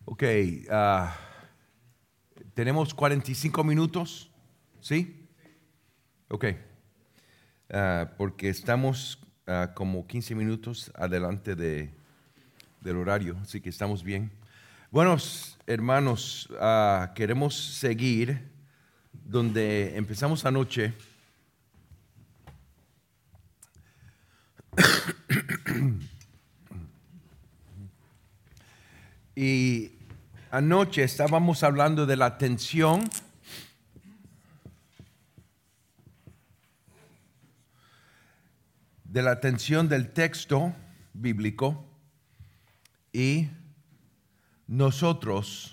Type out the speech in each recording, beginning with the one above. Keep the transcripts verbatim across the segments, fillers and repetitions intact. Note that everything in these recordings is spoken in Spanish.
Ok, uh, tenemos cuarenta y cinco minutos, ¿sí? Ok, uh, porque estamos uh, como quince minutos adelante de, del horario, así que estamos bien. Buenos hermanos, uh, queremos seguir donde empezamos anoche. Y anoche estábamos hablando de la tensión de la tensión del texto bíblico y nosotros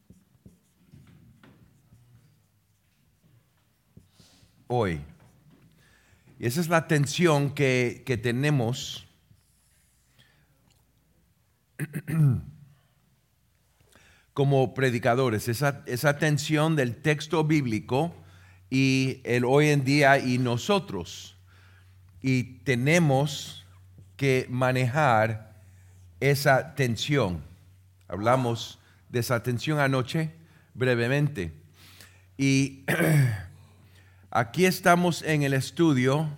hoy. Y esa es la tensión que, que tenemos como predicadores, esa, esa tensión del texto bíblico y el hoy en día y nosotros. Y tenemos que manejar esa tensión. Hablamos de esa tensión anoche brevemente. Y aquí estamos en el estudio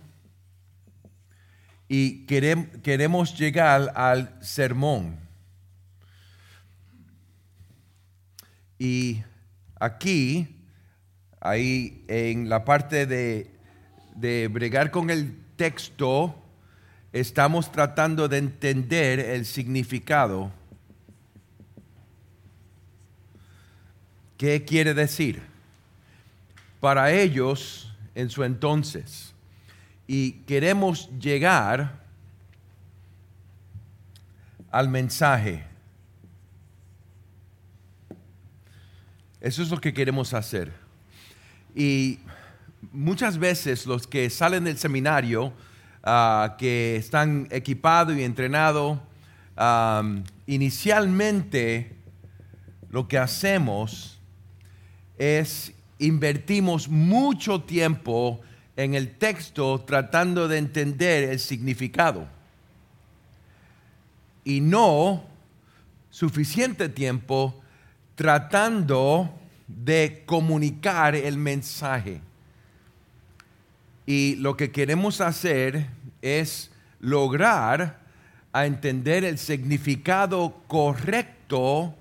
y querem, queremos llegar al sermón. Y aquí, ahí en la parte de, de bregar con el texto, estamos tratando de entender el significado. ¿Qué quiere decir? Para ellos, en su entonces. Y queremos llegar al mensaje. Eso es lo que queremos hacer. Y muchas veces los que salen del seminario, uh, que están equipados y entrenados, um, inicialmente lo que hacemos es invertimos mucho tiempo en el texto tratando de entender el significado y no suficiente tiempo tratando de comunicar el mensaje. Y lo que queremos hacer es lograr a entender el significado correcto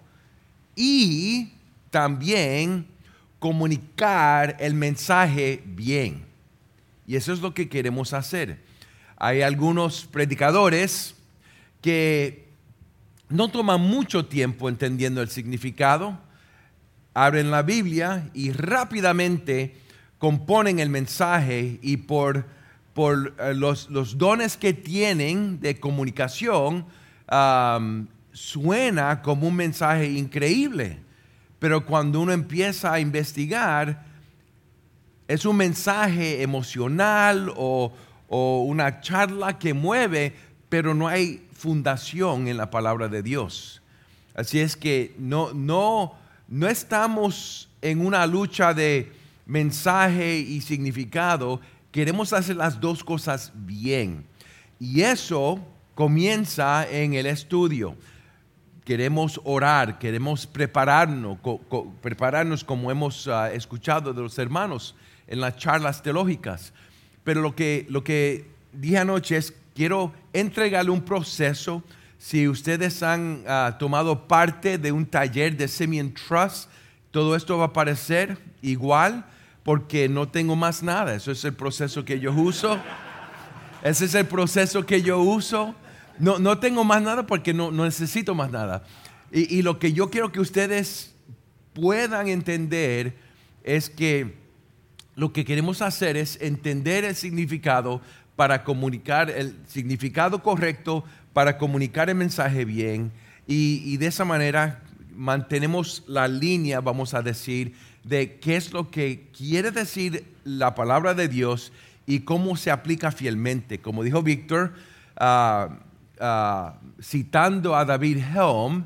y también comunicar el mensaje bien. Y eso es lo que queremos hacer. Hay algunos predicadores que no toman mucho tiempo entendiendo el significado, abren la Biblia y rápidamente componen el mensaje y por, por uh, los, los dones que tienen de comunicación, um, suena como un mensaje increíble. Pero cuando uno empieza a investigar, es un mensaje emocional o, o una charla que mueve, pero no hay fundación en la palabra de Dios. Así es que no, no, no estamos en una lucha de mensaje y significado. Queremos hacer las dos cosas bien. Y eso comienza en el estudio. Queremos orar, queremos prepararnos, co, co, prepararnos como hemos uh, escuchado de los hermanos en las charlas teológicas. Pero lo que, lo que dije anoche es, quiero entregarle un proceso. Si ustedes han uh, tomado parte de un taller de Simeon Trust, todo esto va a parecer igual porque no tengo más nada. Eso es el proceso que yo uso. Ese es el proceso que yo uso. No, no tengo más nada porque no, no necesito más nada. Y, y lo que yo quiero que ustedes puedan entender es que lo que queremos hacer es entender el significado para comunicar el significado correcto, para comunicar el mensaje bien. Y, y de esa manera mantenemos la línea, vamos a decir, de qué es lo que quiere decir la palabra de Dios y cómo se aplica fielmente. Como dijo Víctor, uh, Uh, citando a David Helm,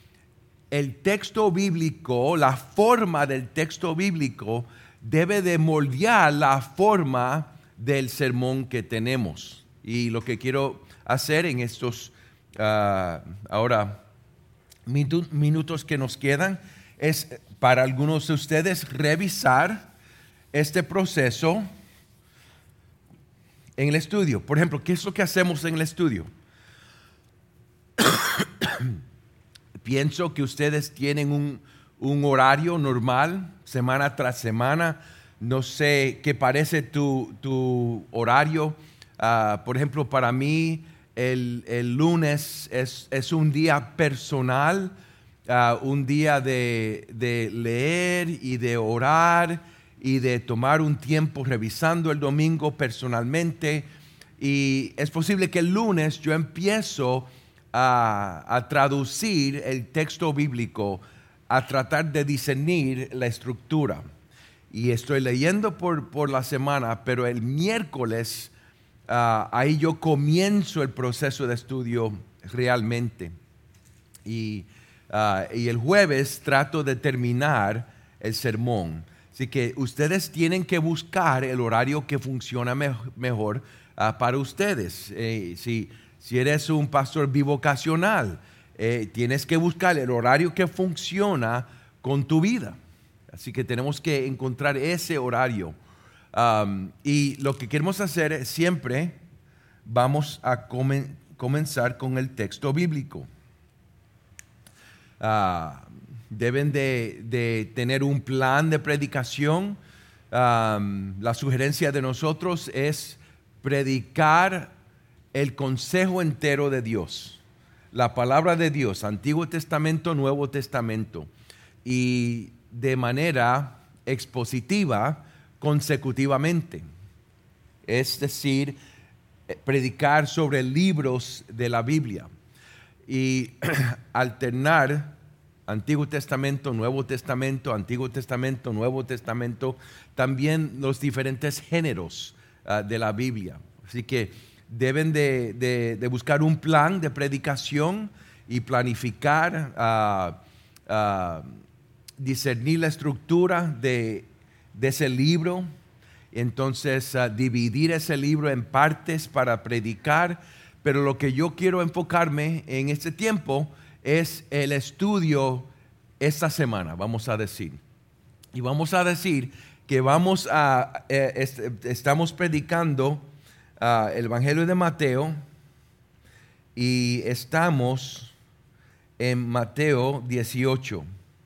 el texto bíblico, la forma del texto bíblico debe de moldear la forma del sermón que tenemos. Y lo que quiero hacer en estos uh, ahora minu- minutos que nos quedan es para algunos de ustedes revisar este proceso en el estudio. Por ejemplo, ¿qué es lo que hacemos en el estudio? Pienso que ustedes tienen un, un horario normal, semana tras semana. No sé qué parece tu, tu horario. Uh, por ejemplo, para mí el, el lunes es, es un día personal, uh, un día de, de leer y de orar y de tomar un tiempo revisando el domingo personalmente. Y es posible que el lunes yo empiezo a, a traducir el texto bíblico, a tratar de discernir la estructura. Y estoy leyendo por, por la semana, pero el miércoles uh, ahí yo comienzo el proceso de estudio realmente. Y, uh, y el jueves trato de terminar el sermón. Así que ustedes tienen que buscar el horario que funciona me- mejor uh, para ustedes. Eh, si, si eres un pastor bivocacional, eh, tienes que buscar el horario que funciona con tu vida. Así que tenemos que encontrar ese horario. Um, y lo que queremos hacer es siempre vamos a comen- comenzar con el texto bíblico. Uh, deben de, de tener un plan de predicación. Um, la sugerencia de nosotros es predicar el consejo entero de Dios. La palabra de Dios, Antiguo Testamento, Nuevo Testamento. Y de manera expositiva consecutivamente. Es decir, predicar sobre libros de la Biblia y alternar Antiguo Testamento, Nuevo Testamento, Antiguo Testamento, Nuevo Testamento, también los diferentes géneros uh, de la Biblia. Así que deben de, de, de buscar un plan de predicación y planificar uh, uh, discernir la estructura de, de ese libro, entonces uh, dividir ese libro en partes para predicar, pero lo que yo quiero enfocarme en este tiempo es el estudio esta semana, vamos a decir. Y vamos a decir que vamos a, eh, est- estamos predicando uh, el Evangelio de Mateo y estamos en Mateo dieciocho.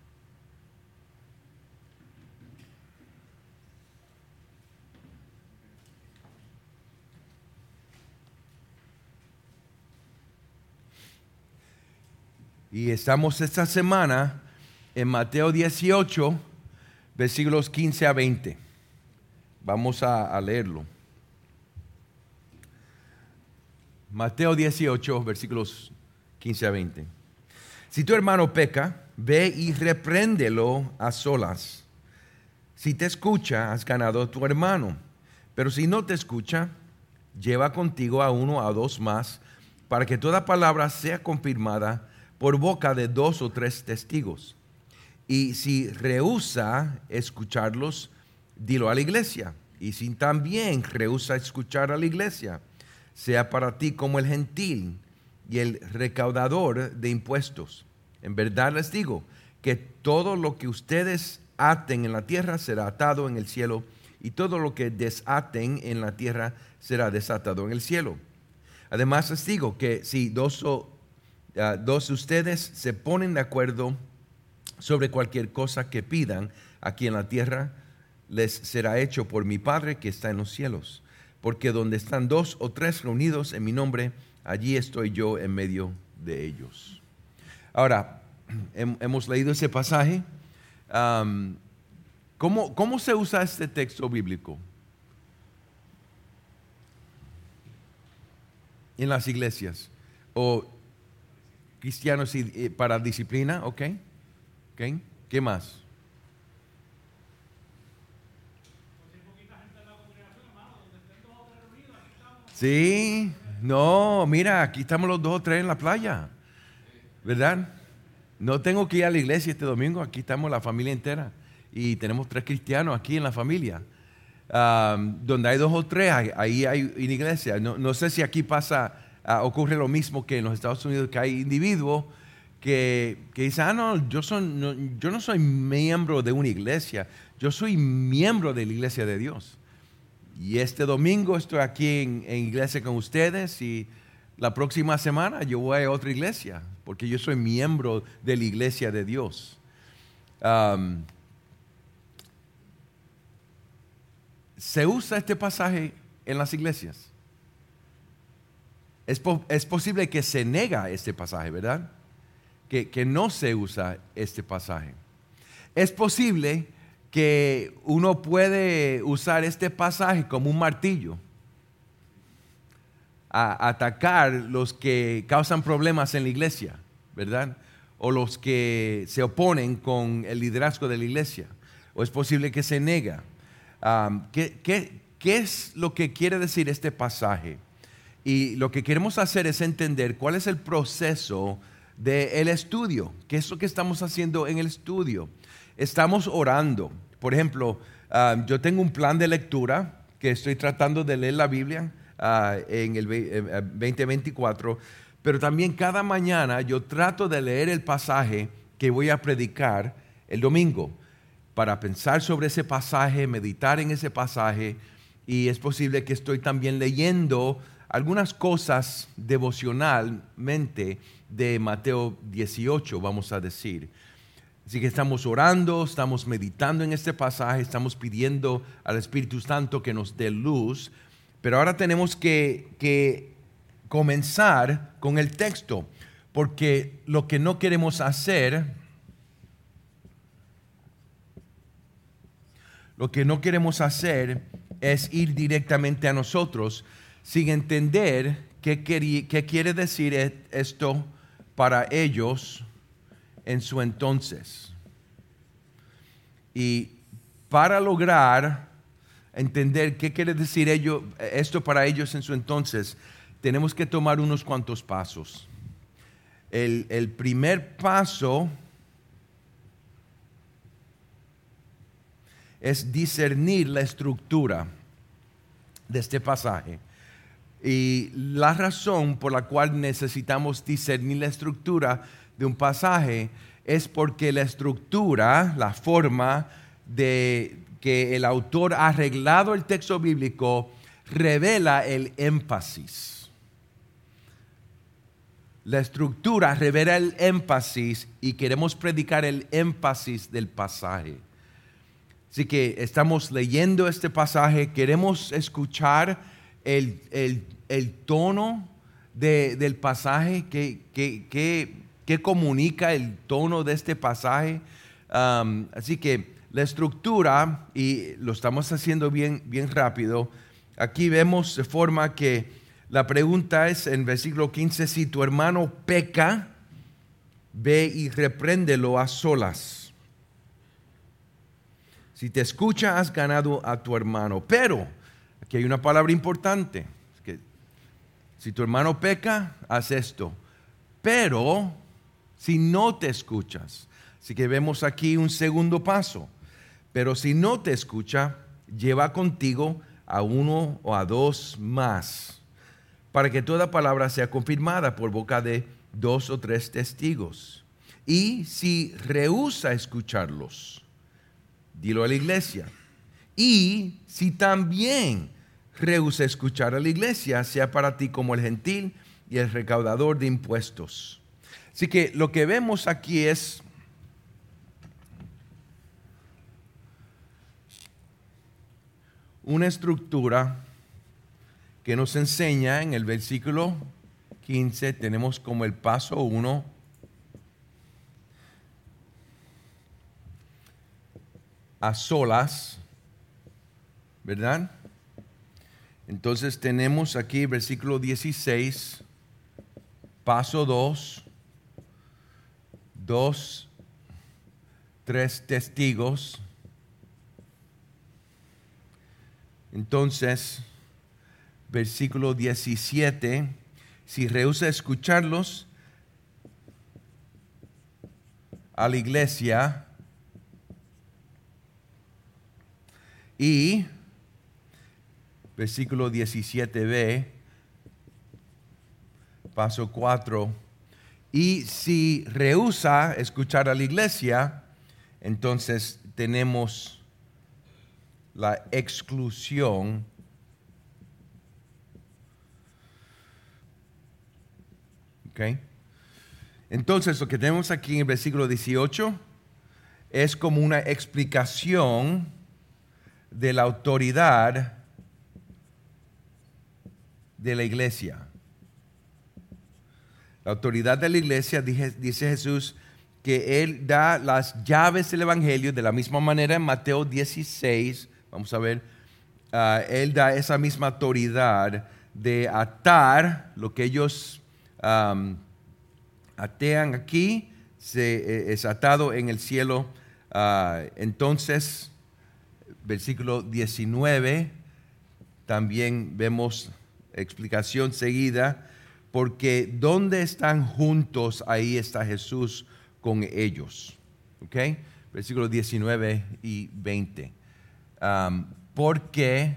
Y estamos esta semana en Mateo dieciocho, versículos quince a veinte. Vamos a, a leerlo. Mateo dieciocho, versículos quince a veinte. Si tu hermano peca, ve y repréndelo a solas. Si te escucha, has ganado a tu hermano. Pero si no te escucha, lleva contigo a uno o a dos más, para que toda palabra sea confirmada por boca de dos o tres testigos. Y si rehúsa escucharlos, dilo a la iglesia. Y si también rehúsa escuchar a la iglesia, sea para ti como el gentil y el recaudador de impuestos. En verdad les digo que todo lo que ustedes aten en la tierra será atado en el cielo, y todo lo que desaten en la tierra será desatado en el cielo. Además les digo que si dos o Uh, dos de ustedes se ponen de acuerdo sobre cualquier cosa que pidan aquí en la tierra, les será hecho por mi Padre que está en los cielos. Porque donde están dos o tres reunidos en mi nombre, allí estoy yo en medio de ellos. Ahora, hemos leído ese pasaje. Um, ¿cómo, ¿Cómo se usa este texto bíblico en las iglesias? O cristianos y, y para disciplina, ¿ok? ¿Ok? ¿Qué más? Sí, no, mira, aquí estamos los dos o tres en la playa, ¿verdad? No tengo que ir a la iglesia este domingo, aquí estamos la familia entera y tenemos tres cristianos aquí en la familia. Um, donde hay dos o tres, ahí hay una iglesia. No, no sé si aquí pasa, uh, ocurre lo mismo que en los Estados Unidos, que hay individuos que, que dice, ah, no yo, son, no, yo no soy miembro de una iglesia, yo soy miembro de la iglesia de Dios. Y este domingo estoy aquí en, en iglesia con ustedes y la próxima semana yo voy a otra iglesia, porque yo soy miembro de la iglesia de Dios. Um, ¿Se usa este pasaje en las iglesias? Es, po- es posible que se nega este pasaje, ¿verdad? Que, que no se usa este pasaje. Es posible que uno puede usar este pasaje como un martillo a atacar los que causan problemas en la iglesia, ¿verdad? O los que se oponen con el liderazgo de la iglesia. O es posible que se nega. Um, ¿qué, qué, ¿Qué es lo que quiere decir este pasaje? Y lo que queremos hacer es entender cuál es el proceso del estudio. ¿Qué es lo que estamos haciendo en el estudio? Estamos orando. Por ejemplo, uh, yo tengo un plan de lectura que estoy tratando de leer la Biblia uh, en el veinte veinticuatro, pero también cada mañana yo trato de leer el pasaje que voy a predicar el domingo para pensar sobre ese pasaje, meditar en ese pasaje, y es posible que estoy también leyendo algunas cosas devocionalmente de Mateo dieciocho, vamos a decir. Así que estamos orando, estamos meditando en este pasaje, estamos pidiendo al Espíritu Santo que nos dé luz, pero ahora tenemos que, que comenzar con el texto, porque lo que no queremos hacer, lo que no queremos hacer es ir directamente a nosotros sin entender qué, querí, qué quiere decir esto para ellos en su entonces. Y para lograr entender qué quiere decir ello, esto para ellos en su entonces, tenemos que tomar unos cuantos pasos. El, el primer paso es discernir la estructura de este pasaje. Y la razón por la cual necesitamos discernir la estructura de un pasaje es porque la estructura, la forma de que el autor ha arreglado el texto bíblico, revela el énfasis. La estructura revela el énfasis y queremos predicar el énfasis del pasaje. Así que estamos leyendo este pasaje, queremos escuchar el, el, el tono de, del pasaje, que, que, que, que comunica el tono de este pasaje. Um, así que la estructura, y lo estamos haciendo bien, bien rápido, aquí vemos de forma que la pregunta es en versículo quince, si tu hermano peca, ve y repréndelo a solas. Si te escucha, has ganado a tu hermano. Pero, aquí hay una palabra importante. Que si tu hermano peca, haz esto. Pero, si no te escuchas. Así que vemos aquí un segundo paso. Pero si no te escucha, lleva contigo a uno o a dos más, para que toda palabra sea confirmada por boca de dos o tres testigos. Y si rehúsa escucharlos, dilo a la iglesia. Y si también rehúsa escuchar a la iglesia, sea para ti como el gentil y el recaudador de impuestos. Así que lo que vemos aquí es una estructura que nos enseña en el versículo quince, tenemos como el paso uno, a solas, ¿verdad? Entonces tenemos aquí versículo dieciséis, paso dos, dos, tres testigos. Entonces, versículo diecisiete, si rehúsa escucharlos a la iglesia, y versículo diecisiete b, paso cuatro, Y si rehúsa escuchar a la iglesia, entonces tenemos la exclusión. ¿Okay? Entonces lo que tenemos aquí en el versículo dieciocho es como una explicación de la autoridad de la iglesia. La autoridad de la iglesia, dice Jesús, que Él da las llaves del Evangelio de la misma manera en Mateo dieciséis. Vamos a ver, uh, Él da esa misma autoridad de atar lo que ellos um, atean aquí, se, es atado en el cielo. Uh, entonces, versículo diecinueve, también vemos explicación seguida, porque donde están juntos, ahí está Jesús con ellos. ¿Ok? Versículos diecinueve y veinte. Um, porque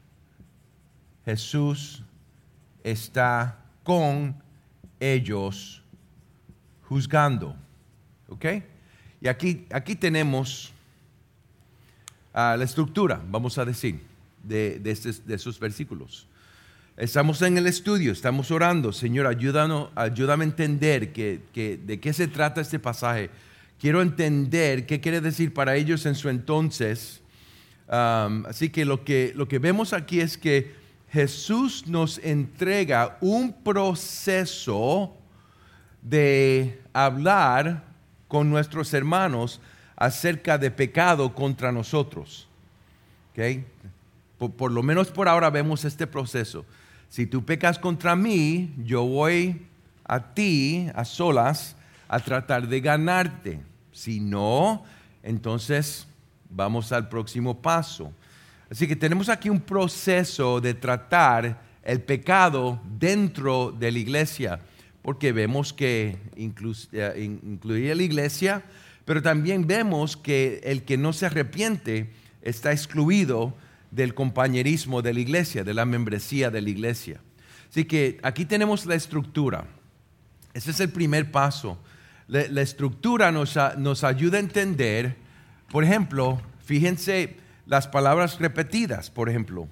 Jesús está con ellos juzgando. ¿Ok? Y aquí, aquí tenemos uh, la estructura, vamos a decir, de, de, estos, de esos versículos. Estamos en el estudio, estamos orando. Señor, ayúdanos, ayúdame a entender que, que, de qué se trata este pasaje. Quiero entender qué quiere decir para ellos en su entonces. Um, así que lo, que lo que vemos aquí es que Jesús nos entrega un proceso de hablar con nuestros hermanos acerca de pecado contra nosotros. ¿Okay? Por, por lo menos por ahora vemos este proceso. Si tú pecas contra mí, yo voy a ti, a solas, a tratar de ganarte. Si no, entonces vamos al próximo paso. Así que tenemos aquí un proceso de tratar el pecado dentro de la iglesia, porque vemos que inclu- eh, incluye la iglesia, pero también vemos que el que no se arrepiente está excluido del compañerismo de la iglesia, de la membresía de la iglesia. Así que aquí tenemos la estructura. Ese es el primer paso. La, la estructura nos, a, nos ayuda a entender, por ejemplo, fíjense las palabras repetidas, por ejemplo.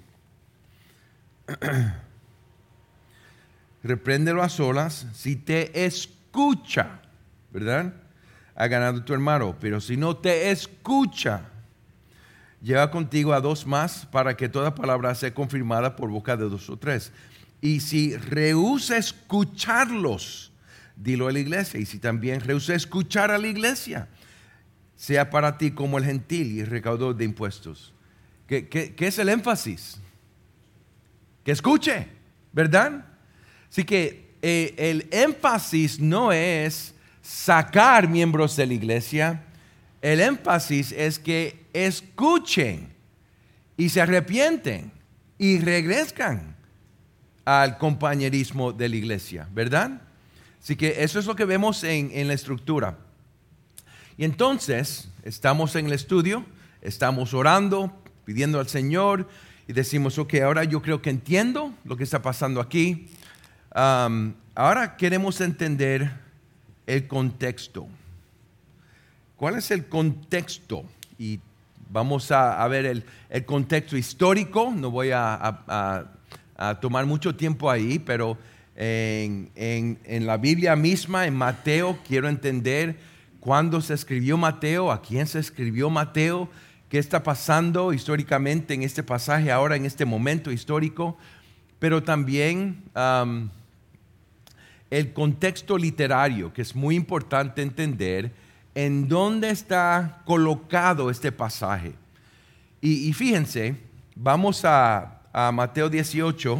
Repréndelo a solas si te escucha, ¿verdad? Ha ganado tu hermano, pero si no te escucha, lleva contigo a dos más para que toda palabra sea confirmada por boca de dos o tres. Y si rehúsa escucharlos, dilo a la iglesia. Y si también rehúsa escuchar a la iglesia, sea para ti como el gentil y recaudador de impuestos. ¿Qué, qué, qué es el énfasis? Que escuche, ¿verdad? Así que eh, el énfasis no es sacar miembros de la iglesia. El énfasis es que escuchen y se arrepienten y regresan al compañerismo de la iglesia, ¿verdad? Así que eso es lo que vemos en, en la estructura. Y entonces estamos en el estudio, estamos orando, pidiendo al Señor y decimos, ok, ahora yo creo que entiendo lo que está pasando aquí. Um, ahora queremos entender el contexto. ¿Cuál es el contexto? Y vamos a, a ver el, el contexto histórico. No voy a, a, a tomar mucho tiempo ahí, pero en, en, en la Biblia misma, en Mateo, quiero entender cuándo se escribió Mateo, a quién se escribió Mateo, qué está pasando históricamente en este pasaje ahora, en este momento histórico, pero también um, el contexto literario, que es muy importante entender en dónde está colocado este pasaje. Y, y fíjense, vamos a, a Mateo dieciocho,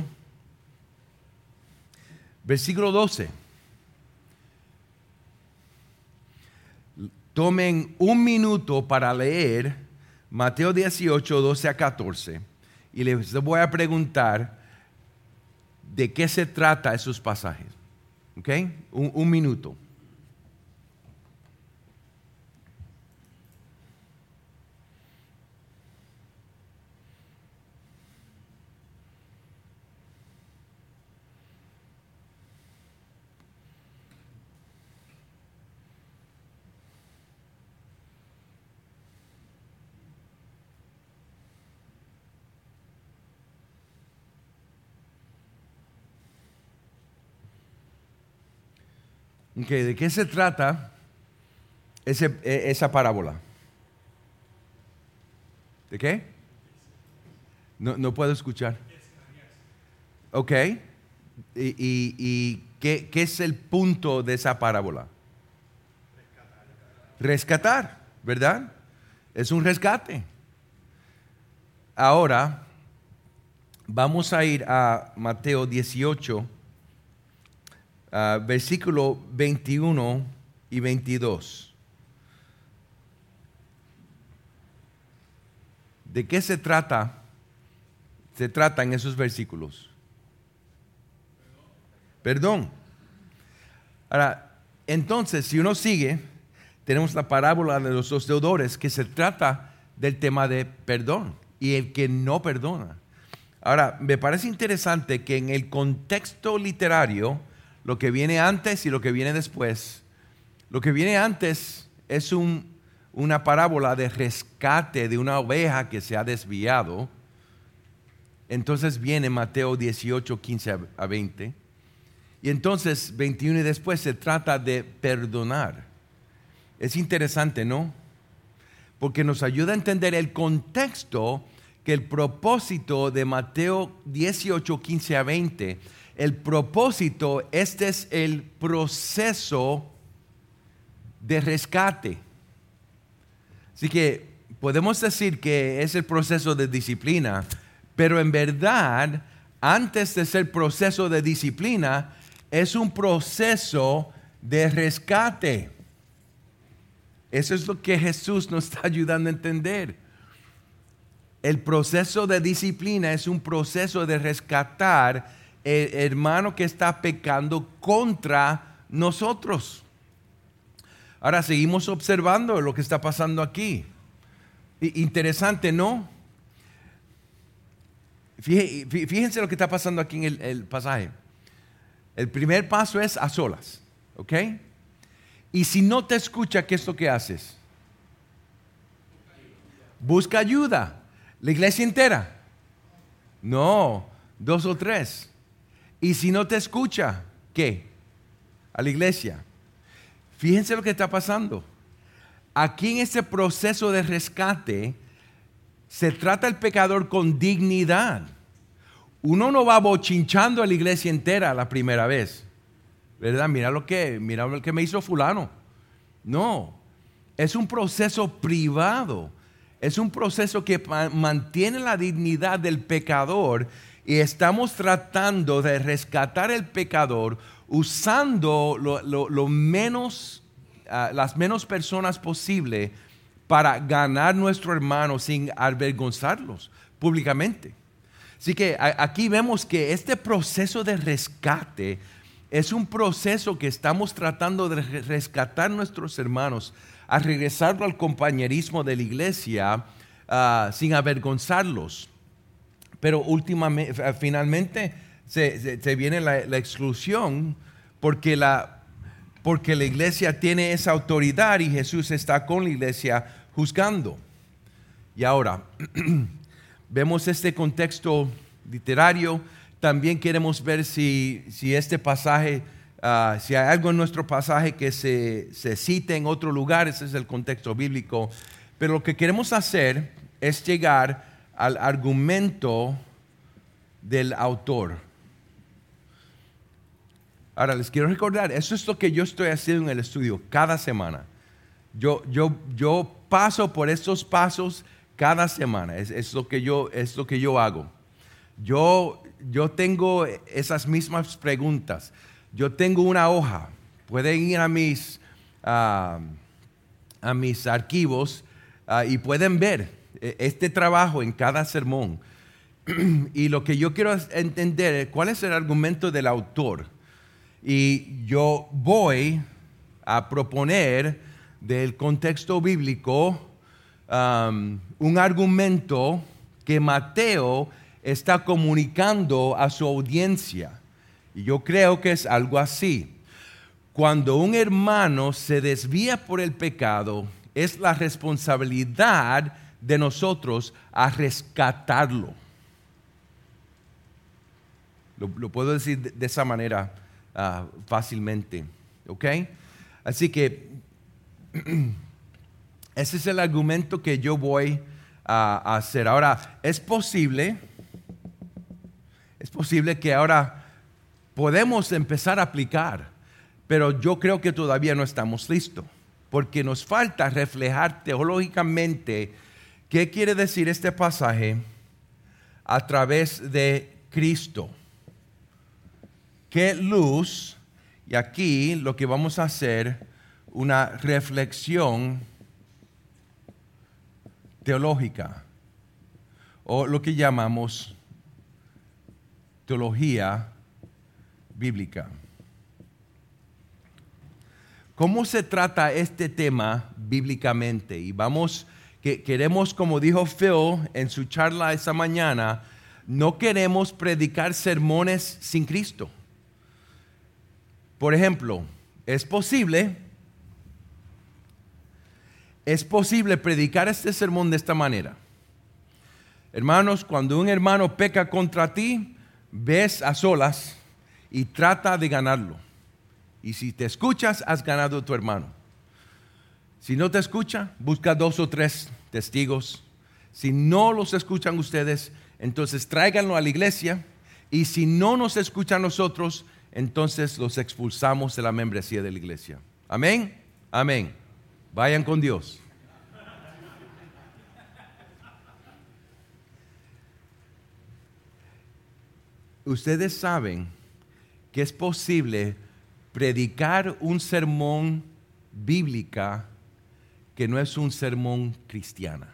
versículo doce. Tomen un minuto para leer Mateo dieciocho, doce a catorce. Y les voy a preguntar de qué se trata esos pasajes. ¿Ok? Un, un minuto. Okay, ¿de qué se trata ese, esa parábola? ¿De qué? No, no puedo escuchar. Ok. ¿Y, y, y qué, qué es el punto de esa parábola? Rescatar, ¿verdad? Es un rescate. Ahora, vamos a ir a Mateo dieciocho, uh, versículo veintiuno y veintidós. ¿De qué se trata? Se trata en esos versículos. Perdón. Ahora, entonces, si uno sigue, tenemos la parábola de los dos deudores que se trata del tema de perdón y el que no perdona. Ahora, me parece interesante que en el contexto literario, lo que viene antes y lo que viene después, lo que viene antes es un, una parábola de rescate de una oveja que se ha desviado. Entonces viene Mateo dieciocho, quince a veinte. Y entonces veintiuno y después se trata de perdonar. Es interesante, ¿no? Porque nos ayuda a entender el contexto, que el propósito de Mateo dieciocho, quince a veinte, el propósito, este es el proceso de rescate. Así que podemos decir que es el proceso de disciplina, pero en verdad, antes de ser proceso de disciplina, es un proceso de rescate. Eso es lo que Jesús nos está ayudando a entender. El proceso de disciplina es un proceso de rescatar el hermano que está pecando contra nosotros. Ahora seguimos observando lo que está pasando aquí. Interesante, ¿no? Fíjense lo que está pasando aquí en el, el pasaje. El primer paso es a solas, ¿ok? Y si no te escucha, ¿qué es lo que haces? Busca ayuda. ¿La iglesia entera? No, dos o tres. Y si no te escucha, ¿qué? A la iglesia. Fíjense lo que está pasando. Aquí en este proceso de rescate, se trata al pecador con dignidad. Uno no va bochinchando a la iglesia entera la primera vez, ¿verdad? Mira lo que, mira lo que me hizo fulano. No, es un proceso privado. Es un proceso que mantiene la dignidad del pecador y estamos tratando de rescatar al pecador usando lo, lo, lo menos, uh, las menos personas posible para ganar nuestro hermano sin avergonzarlos públicamente. Así que a, aquí vemos que este proceso de rescate es un proceso que estamos tratando de rescatar a nuestros hermanos, a regresarlo al compañerismo de la iglesia uh, sin avergonzarlos. Pero últimamente, finalmente se, se, se viene la, la exclusión porque la, porque la iglesia tiene esa autoridad y Jesús está con la iglesia juzgando. Y ahora, vemos este contexto literario. También queremos ver si, si este pasaje, uh, si hay algo en nuestro pasaje que se, se cite en otro lugar. Ese es el contexto bíblico. Pero lo que queremos hacer es llegar al argumento del autor. Ahora les quiero recordar, eso es lo que yo estoy haciendo en el estudio cada semana. Yo, yo, yo paso por estos pasos cada semana. Es, es, lo, que yo, es lo que yo hago. Yo, yo tengo esas mismas preguntas. Yo tengo una hoja. Pueden ir a mis, uh, a mis archivos uh, y pueden ver este trabajo en cada sermón. Y lo que yo quiero entender es cuál es el argumento del autor. Y yo voy a proponer del contexto bíblico um, un argumento que Mateo está comunicando a su audiencia. Y yo creo que es algo así. Cuando un hermano se desvía por el pecado, es la responsabilidad de nosotros a rescatarlo. Lo, lo puedo decir de, de esa manera uh, fácilmente. ¿ok? Así que ese es el argumento que yo voy a, a hacer. Ahora, es posible, es posible que ahora podemos empezar a aplicar, pero yo creo que todavía no estamos listos, porque nos falta reflejar teológicamente qué quiere decir este pasaje a través de Cristo. ¿Qué luz? Y aquí lo que vamos a hacer, una reflexión teológica, o lo que llamamos teología bíblica. ¿Cómo se trata este tema bíblicamente? Y vamos, que queremos, como dijo Phil en su charla esa mañana, no queremos predicar sermones sin Cristo. Por ejemplo, es posible, es posible predicar este sermón de esta manera. Hermanos, cuando un hermano peca contra ti, ves a solas y trata de ganarlo. Y si te escuchas, has ganado a tu hermano. Si no te escucha, busca dos o tres testigos. Si no los escuchan ustedes, entonces tráiganlo a la iglesia. Y si no nos escuchan nosotros, entonces los expulsamos de la membresía de la iglesia. Amén. Amén. Vayan con Dios. Ustedes saben que es posible predicar un sermón bíblica que no es un sermón cristiana.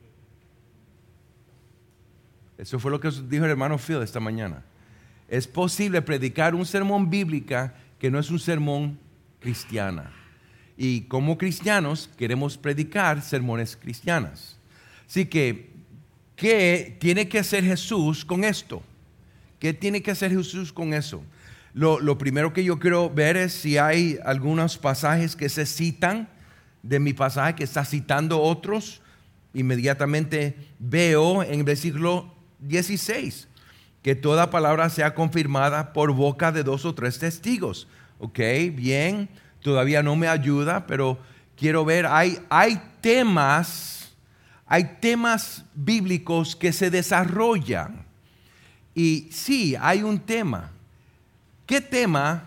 Eso fue lo que dijo el hermano Phil esta mañana. Es posible predicar un sermón bíblica que no es un sermón cristiana. Y como cristianos queremos predicar sermones cristianas. Así que, ¿qué tiene que hacer Jesús con esto? ¿Qué tiene que hacer Jesús con eso? Lo, lo primero que yo quiero ver es si hay algunos pasajes que se citan de mi pasaje, que está citando otros. Inmediatamente veo en el versículo dieciséis que toda palabra sea confirmada por boca de dos o tres testigos. Ok, bien, todavía no me ayuda, pero quiero ver, hay, hay temas, hay temas bíblicos que se desarrollan. Y sí, hay un tema. ¿Qué tema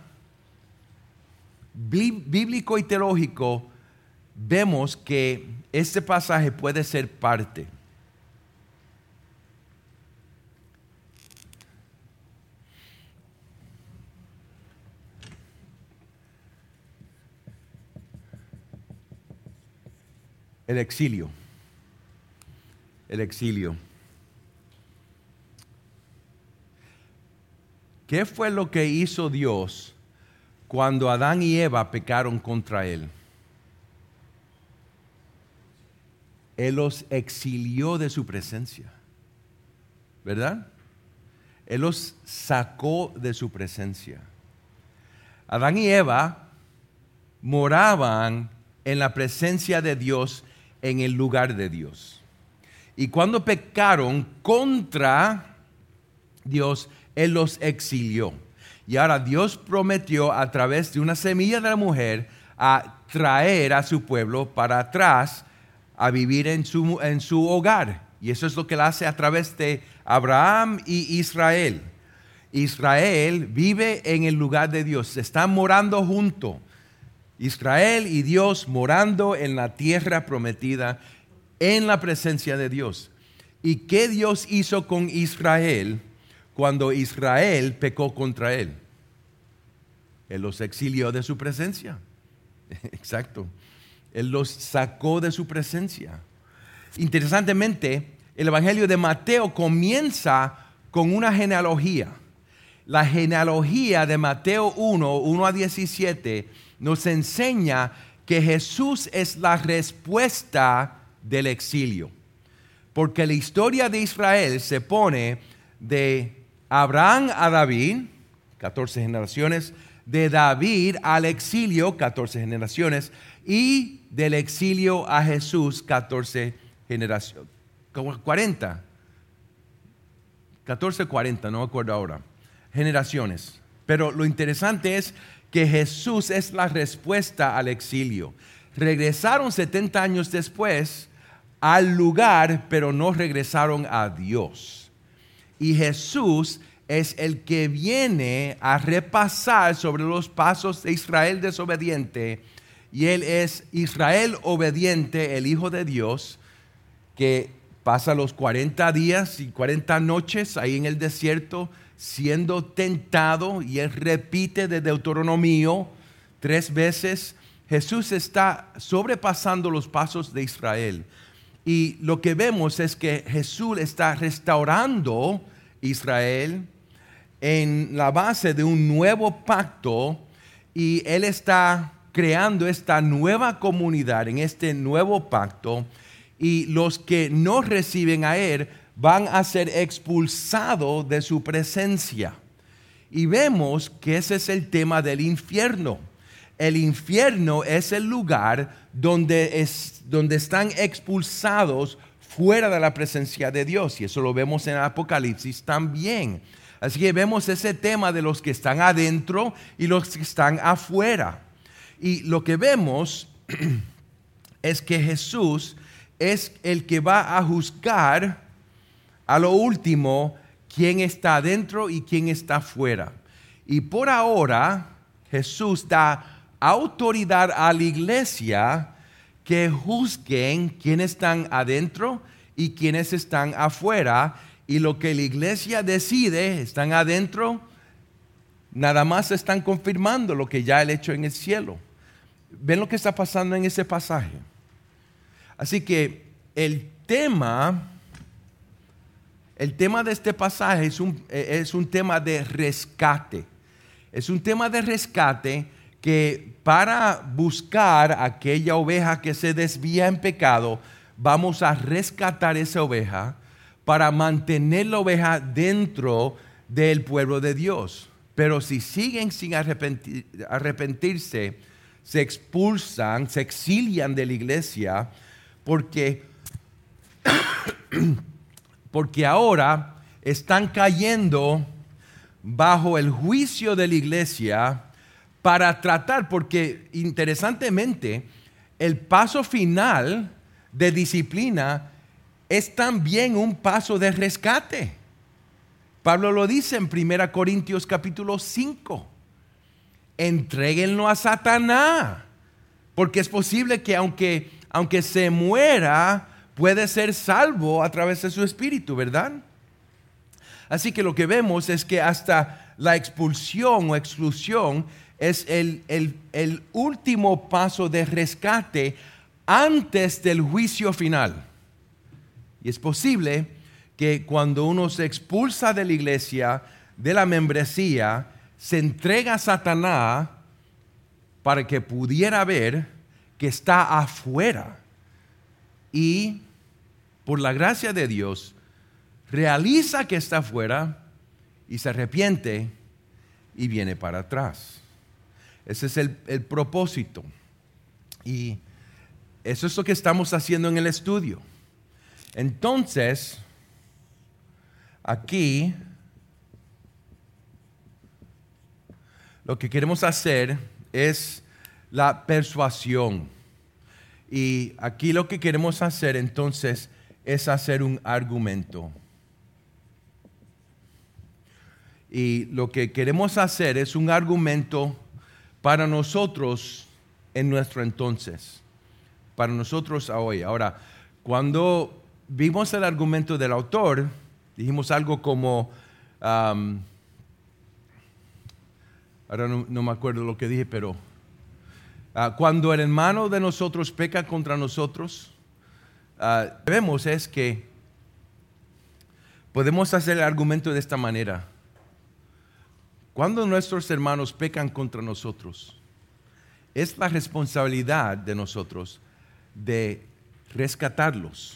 bíblico y teológico vemos que este pasaje puede ser parte? El exilio. El exilio. ¿Qué fue lo que hizo Dios cuando Adán y Eva pecaron contra Él? Él los exilió de su presencia, ¿verdad? Él los sacó de su presencia. Adán y Eva moraban en la presencia de Dios, en el lugar de Dios. Y cuando pecaron contra Dios, Él los exilió. Y ahora Dios prometió a través de una semilla de la mujer a traer a su pueblo para atrás a vivir en su, en su hogar. Y eso es lo que Él hace a través de Abraham y Israel. Israel vive en el lugar de Dios. Están morando juntos. Israel y Dios morando en la tierra prometida, en la presencia de Dios. ¿Y qué Dios hizo con Israel cuando Israel pecó contra Él? Él los exilió de su presencia. Exacto. Él los sacó de su presencia. Interesantemente, el Evangelio de Mateo comienza con una genealogía. La genealogía de Mateo uno, uno a diecisiete nos enseña que Jesús es la respuesta del exilio. Porque la historia de Israel se pone de Abraham a David, catorce generaciones, de David al exilio, catorce generaciones, y del exilio a Jesús, catorce generaciones, como cuarenta, catorce, cuarenta, no me acuerdo ahora, generaciones. Pero lo interesante es que Jesús es la respuesta al exilio. Regresaron setenta años después al lugar, pero no regresaron a Dios. Y Jesús es el que viene a repasar sobre los pasos de Israel desobediente. Y Él es Israel obediente, el Hijo de Dios, que pasa los cuarenta días y cuarenta noches ahí en el desierto siendo tentado, y Él repite de Deuteronomio tres veces. Jesús está sobrepasando los pasos de Israel. Y lo que vemos es que Jesús está restaurando Israel en la base de un nuevo pacto, y Él está creando esta nueva comunidad en este nuevo pacto, y los que no reciben a Él van a ser expulsados de su presencia. Y vemos que ese es el tema del infierno. El infierno es el lugar donde, es, donde están expulsados fuera de la presencia de Dios. Y eso lo vemos en el Apocalipsis también. Así que vemos ese tema de los que están adentro y los que están afuera. Y lo que vemos es que Jesús es el que va a juzgar a lo último quién está adentro y quién está afuera. Y por ahora Jesús da autoridad a la iglesia que juzguen quiénes están adentro y quiénes están afuera. Y lo que la iglesia decide, están adentro, nada más están confirmando lo que ya Él ha hecho en el cielo. ¿Ven lo que está pasando en ese pasaje? Así que el tema, el tema de este pasaje es un, es un tema de rescate. Es un tema de rescate que para buscar aquella oveja que se desvía en pecado, vamos a rescatar esa oveja para mantener la oveja dentro del pueblo de Dios. Pero si siguen sin arrepentir, arrepentirse, se expulsan, se exilian de la iglesia, porque, porque ahora están cayendo bajo el juicio de la iglesia para tratar, porque interesantemente el paso final de disciplina es también un paso de rescate. Pablo lo dice en primera Corintios capítulo cinco. Entréguenlo a Satanás, porque es posible que aunque, aunque se muera, puede ser salvo a través de su espíritu, ¿verdad? Así que lo que vemos es que hasta la expulsión o exclusión es el, el, el último paso de rescate antes del juicio final. Y es posible que cuando uno se expulsa de la iglesia, de la membresía, se entrega a Satanás para que pudiera ver que está afuera. Y por la gracia de Dios, realiza que está afuera y se arrepiente y viene para atrás. Ese es el, el propósito. Y eso es lo que estamos haciendo en el estudio. Entonces, aquí lo que queremos hacer es la persuasión. Y aquí lo que queremos hacer entonces es hacer un argumento. Y lo que queremos hacer es un argumento para nosotros en nuestro entonces. Para nosotros hoy. Ahora, cuando vimos el argumento del autor, dijimos algo como... Um, ahora no, no me acuerdo lo que dije, pero uh, cuando el hermano de nosotros peca contra nosotros, uh, vemos es que podemos hacer el argumento de esta manera. Cuando nuestros hermanos pecan contra nosotros, es la responsabilidad de nosotros de rescatarlos.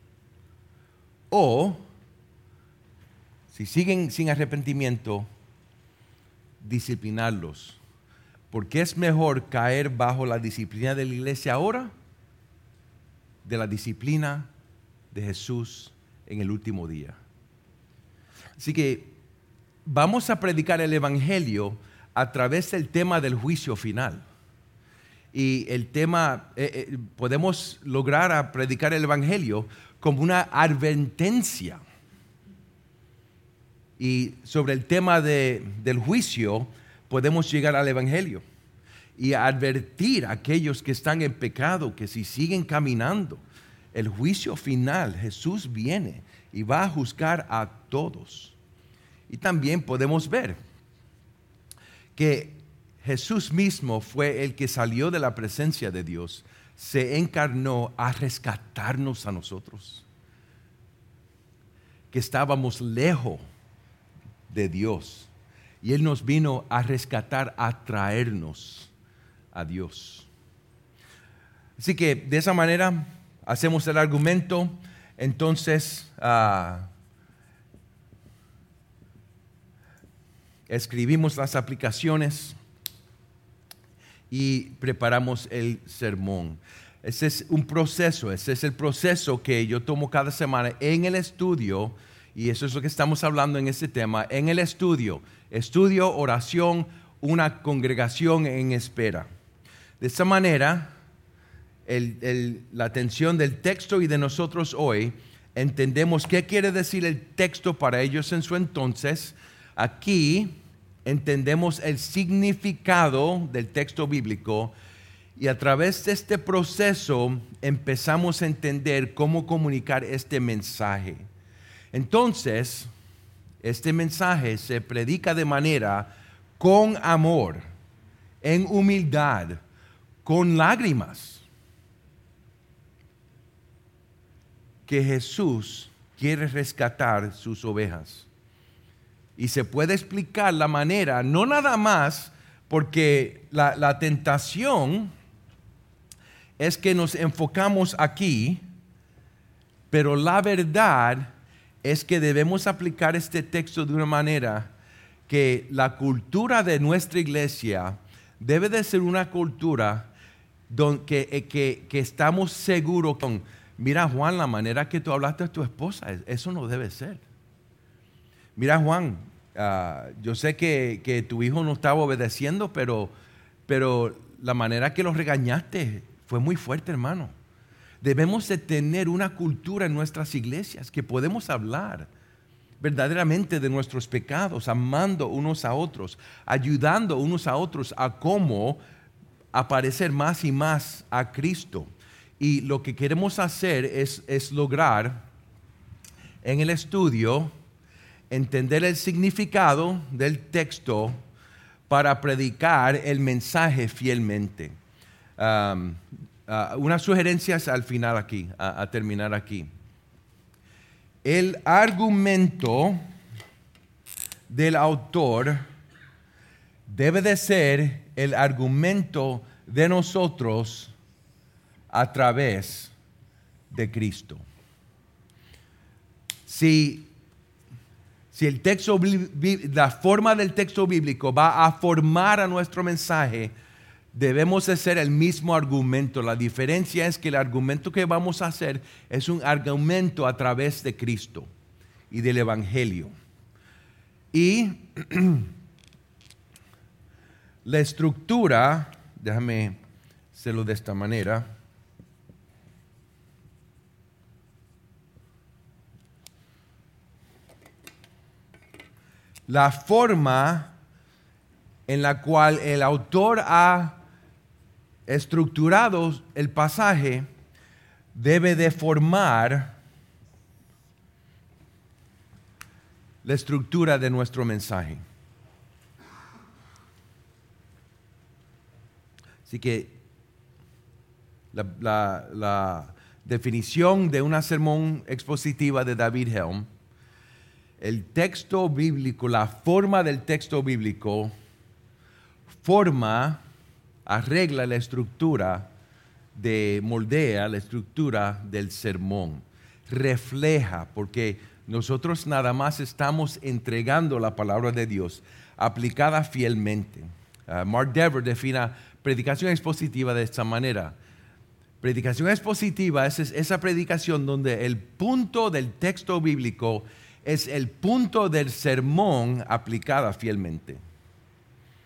O, si siguen sin arrepentimiento, disciplinarlos, porque es mejor caer bajo la disciplina de la iglesia ahora de la disciplina de Jesús en el último día. Así que vamos a predicar el evangelio a través del tema del juicio final. Y el tema, eh, eh, podemos lograr a predicar el Evangelio como una advertencia. Y sobre el tema de, del juicio, podemos llegar al Evangelio y advertir a aquellos que están en pecado, que si siguen caminando, el juicio final, Jesús viene y va a juzgar a todos. Y también podemos ver que Jesús mismo fue el que salió de la presencia de Dios, se encarnó a rescatarnos a nosotros, que estábamos lejos de Dios, y Él nos vino a rescatar, a traernos a Dios. Así que de esa manera hacemos el argumento. Entonces uh, escribimos las aplicaciones y preparamos el sermón. Ese es un proceso, ese es el proceso que yo tomo cada semana en el estudio, y eso es lo que estamos hablando en este tema, en el estudio, estudio, oración, una congregación en espera. De esta manera, el, el, la atención del texto y de nosotros hoy, entendemos qué quiere decir el texto para ellos en su entonces. Aquí entendemos el significado del texto bíblico, y a través de este proceso empezamos a entender cómo comunicar este mensaje. Entonces, este mensaje se predica de manera con amor, en humildad, con lágrimas, que Jesús quiere rescatar sus ovejas. Y se puede explicar la manera, no nada más porque la, la tentación es que nos enfocamos aquí, pero la verdad es que debemos aplicar este texto de una manera que la cultura de nuestra iglesia debe de ser una cultura donde, que, que, que estamos seguros con, mira Juan, la manera que tú hablaste de tu esposa, eso no debe ser. Mira Juan, uh, yo sé que, que tu hijo no estaba obedeciendo, pero, pero la manera que lo regañaste fue muy fuerte, hermano. Debemos de tener una cultura en nuestras iglesias que podemos hablar verdaderamente de nuestros pecados, amando unos a otros, ayudando unos a otros a cómo aparecer más y más a Cristo. Y lo que queremos hacer es, es lograr en el estudio entender el significado del texto para predicar el mensaje fielmente. Um, uh, unas sugerencias al final aquí, a, a terminar aquí. El argumento del autor debe de ser el argumento de nosotros a través de Cristo. Si, si el texto, la forma del texto bíblico va a formar a nuestro mensaje, debemos hacer el mismo argumento. La diferencia es que el argumento que vamos a hacer es un argumento a través de Cristo y del Evangelio. Y la estructura, déjame hacerlo de esta manera. La forma en la cual el autor ha estructurado el pasaje debe de formar la estructura de nuestro mensaje. Así que la, la, la definición de una sermón expositiva de David Helm, el texto bíblico, la forma del texto bíblico, forma, arregla la estructura de, moldea la estructura del sermón, refleja, porque nosotros nada más estamos entregando la palabra de Dios aplicada fielmente. Uh, Mark Dever define predicación expositiva de esta manera. Predicación expositiva es esa predicación donde el punto del texto bíblico es el punto del sermón aplicada fielmente.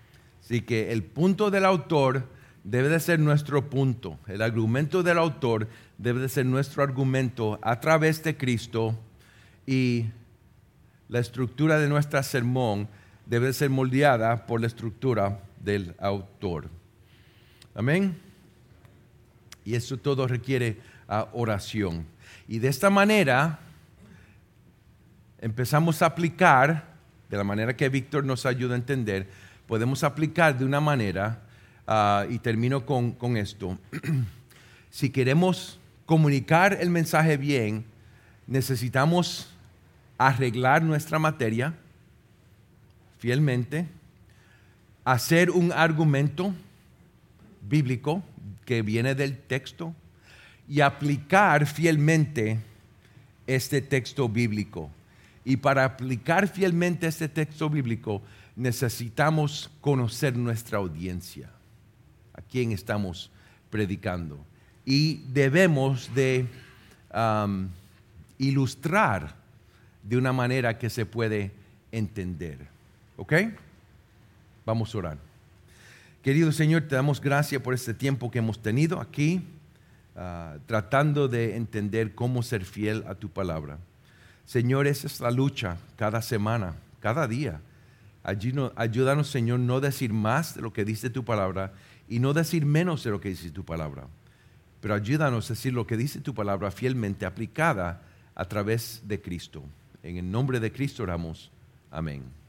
Así que el punto del autor debe de ser nuestro punto. El argumento del autor debe de ser nuestro argumento a través de Cristo, y la estructura de nuestra sermón debe de ser moldeada por la estructura del autor. Amén. Y eso todo requiere uh, oración. Y de esta manera empezamos a aplicar, de la manera que Víctor nos ayuda a entender, podemos aplicar de una manera, uh, y termino con, con esto. Si queremos comunicar el mensaje bien, necesitamos arreglar nuestra materia fielmente, hacer un argumento bíblico que viene del texto y aplicar fielmente este texto bíblico. Y para aplicar fielmente este texto bíblico necesitamos conocer nuestra audiencia, a quién estamos predicando. Y debemos de um, ilustrar de una manera que se puede entender. ¿Ok? Vamos a orar. Querido Señor, te damos gracias por este tiempo que hemos tenido aquí, uh, tratando de entender cómo ser fiel a tu palabra. Señor, esa es la lucha cada semana, cada día. Ayúdanos, Señor, no decir más de lo que dice tu palabra y no decir menos de lo que dice tu palabra. Pero ayúdanos a decir lo que dice tu palabra fielmente aplicada a través de Cristo. En el nombre de Cristo oramos. Amén.